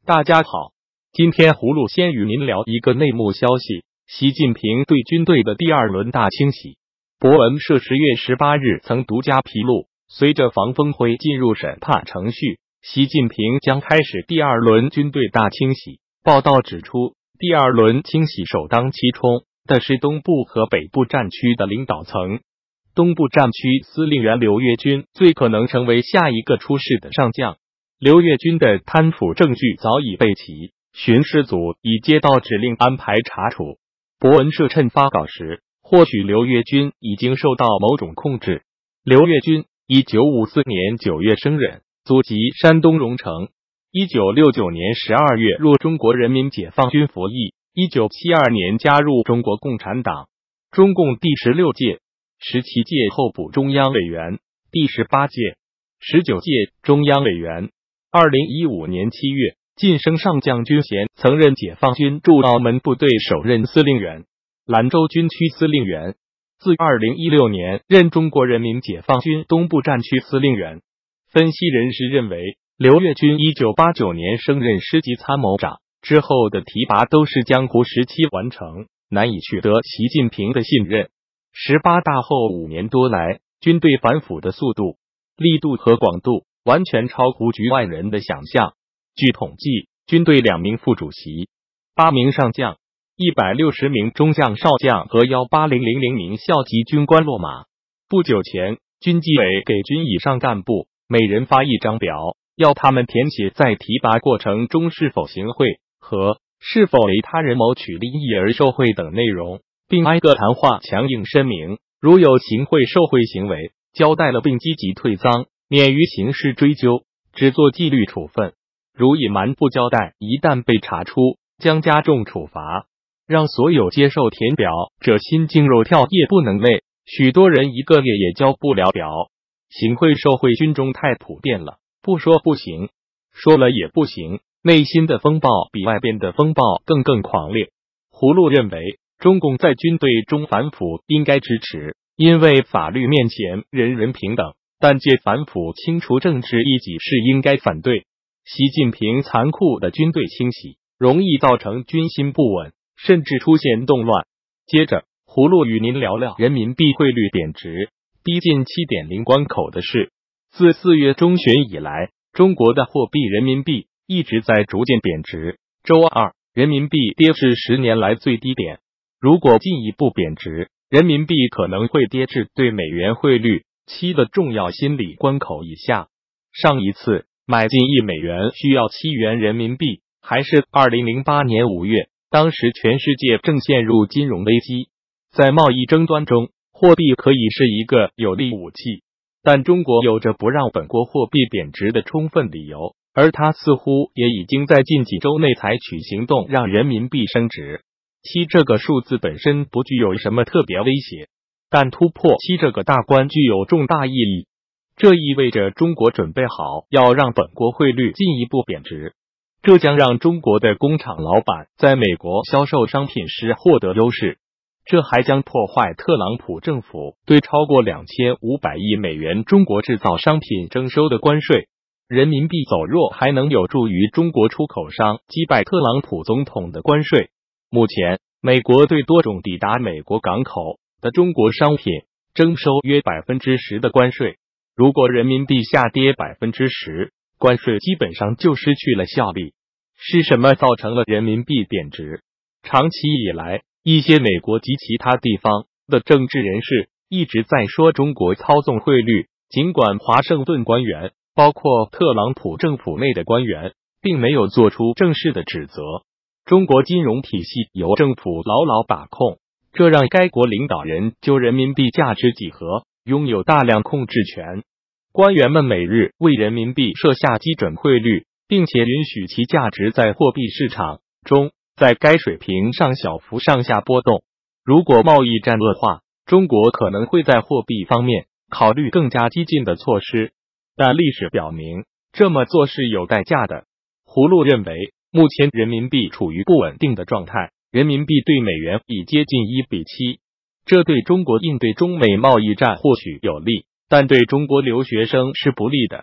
大家好，今天葫芦先与您聊一个内幕消息：习近平对军队的第二轮大清洗。博文社10月18日曾独家披露，随着防风辉进入审判程序，习近平将开始第二轮军队大清洗。报道指出，第二轮清洗首当其冲的是东部和北部战区的领导层。东部战区司令员刘跃军最可能成为下一个出事的上将。刘跃军的贪腐证据早已备齐，巡视组已接到指令安排查处。博文社趁发稿时，或许刘跃军已经受到某种控制。刘跃军1954年9月生人，祖籍山东荣成。1969年12月入中国人民解放军服役，1972年加入中国共产党，中共第16届、17届候补中央委员，第18届、19届中央委员。2015年7月晋升上将军衔，曾任解放军驻澳门部队首任司令员、兰州军区司令员。自2016年任中国人民解放军东部战区司令员。分析人士认为，刘跃军1989年升任师级参谋长之后的提拔都是江湖时期完成，难以取得习近平的信任。18大后5年多来，军队反腐的速度、力度和广度完全超乎局外人的想象。据统计，军队2名副主席、8名上将、160名中将少将和18000名校级军官落马。不久前，军纪委给军以上干部每人发一张表，要他们填写在提拔过程中是否行贿和是否为他人谋取利益而受贿等内容，并挨个谈话强硬声明，如有行贿受贿行为，交代了并积极退赃，免于刑事追究，只做纪律处分；如隐瞒不交代，一旦被查出，将加重处罚，让所有接受填表者心惊肉跳，夜不能寐。许多人1个月也交不了表。行贿受贿军中太普遍了，不说不行，说了也不行，内心的风暴比外边的风暴更狂烈。葫芦认为，中共在军队中反腐应该支持，因为法律面前人人平等，但借反腐清除政治异己是应该反对。习近平残酷的军队清洗容易造成军心不稳，甚至出现动乱。接着，葫芦与您聊聊人民币汇率贬值逼近 7.0 关口的事。自4月中旬以来，中国的货币人民币一直在逐渐贬值。周二，人民币跌至10年来最低点。如果进一步贬值，人民币可能会跌至对美元汇率7的重要心理关口以下。上一次买进1美元需要7元人民币，还是2008年5月，当时全世界正陷入金融危机。在贸易争端中，货币可以是一个有力武器，但中国有着不让本国货币贬值的充分理由，而它似乎也已经在近几周内采取行动让人民币升值。7这个数字本身不具有什么特别威胁，但突破7这个大关具有重大意义。这意味着中国准备好要让本国汇率进一步贬值，这将让中国的工厂老板在美国销售商品时获得优势。这还将破坏特朗普政府对超过2500亿美元中国制造商品征收的关税。人民币走弱还能有助于中国出口商击败特朗普总统的关税。目前，美国对多种抵达美国港口的中国商品征收约 10% 的关税。如果人民币下跌 10%， 关税基本上就失去了效力。是什么造成了人民币贬值？长期以来，一些美国及其他地方的政治人士一直在说中国操纵汇率，尽管华盛顿官员，包括特朗普政府内的官员，并没有做出正式的指责。中国金融体系由政府牢牢把控，这让该国领导人就人民币价值几何拥有大量控制权。官员们每日为人民币设下基准汇率，并且允许其价值在货币市场中在该水平上小幅上下波动。如果贸易战恶化，中国可能会在货币方面考虑更加激进的措施，但历史表明，这么做是有代价的。葫芦认为，目前人民币处于不稳定的状态，人民币对美元已接近1:7，这对中国应对中美贸易战或许有利，但对中国留学生是不利的。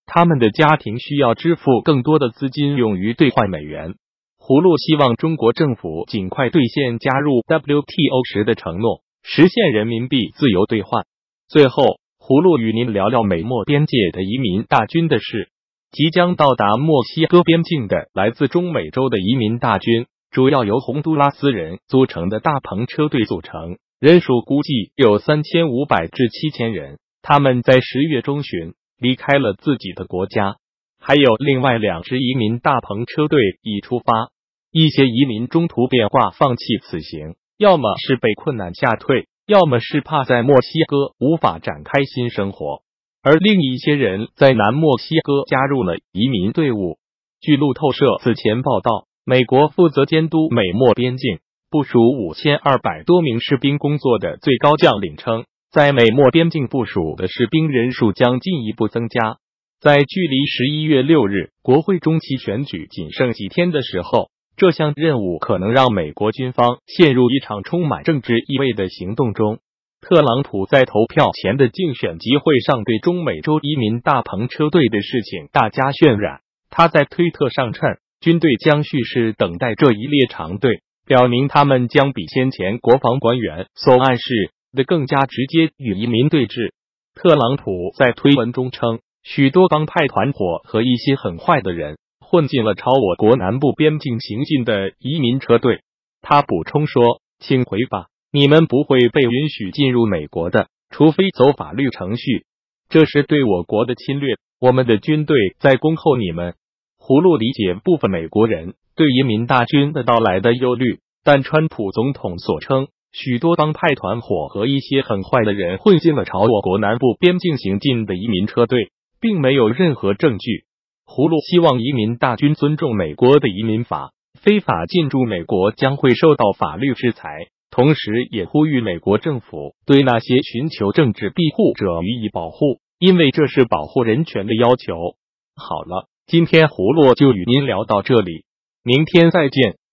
他们的家庭需要支付更多的资金用于兑换美元。葫芦希望中国政府尽快兑现加入 WTO 时的承诺，实现人民币自由兑换。最后，葫芦与您聊聊美墨边界的移民大军的事。即将到达墨西哥边境的来自中美洲的移民大军，主要由洪都拉斯人组成的大篷车队组成，人数估计有3500至7000人。他们在10月中旬离开了自己的国家，还有另外2支移民大篷车队已出发。一些移民中途变卦放弃此行，要么是被困难吓退，要么是怕在墨西哥无法展开新生活。而另一些人在南墨西哥加入了移民队伍。据路透社此前报道，美国负责监督美墨边境、部署5200多名士兵工作的最高将领称，在美墨边境部署的士兵人数将进一步增加。在距离11月6日国会中期选举仅剩几天的时候，这项任务可能让美国军方陷入一场充满政治意味的行动中。特朗普在投票前的竞选集会上对中美洲移民大篷车队的事情大加渲染。他在推特上称，军队将蓄势等待这一列长队，表明他们将比先前国防官员所暗示的更加直接与移民对峙。特朗普在推文中称，许多帮派团伙和一些很坏的人混进了朝我国南部边境行进的移民车队。他补充说，请回吧，你们不会被允许进入美国的，除非走法律程序。这是对我国的侵略，我们的军队在恭候你们。葫芦理解部分美国人对移民大军的到来的忧虑，但川普总统所称许多帮派团伙和一些很坏的人混进了朝我国南部边境行进的移民车队，并没有任何证据。葫芦希望移民大军尊重美国的移民法，非法进驻美国将会受到法律制裁。同时也呼吁美国政府对那些寻求政治庇护者予以保护，因为这是保护人权的要求。好了，今天葫芦就与您聊到这里，明天再见。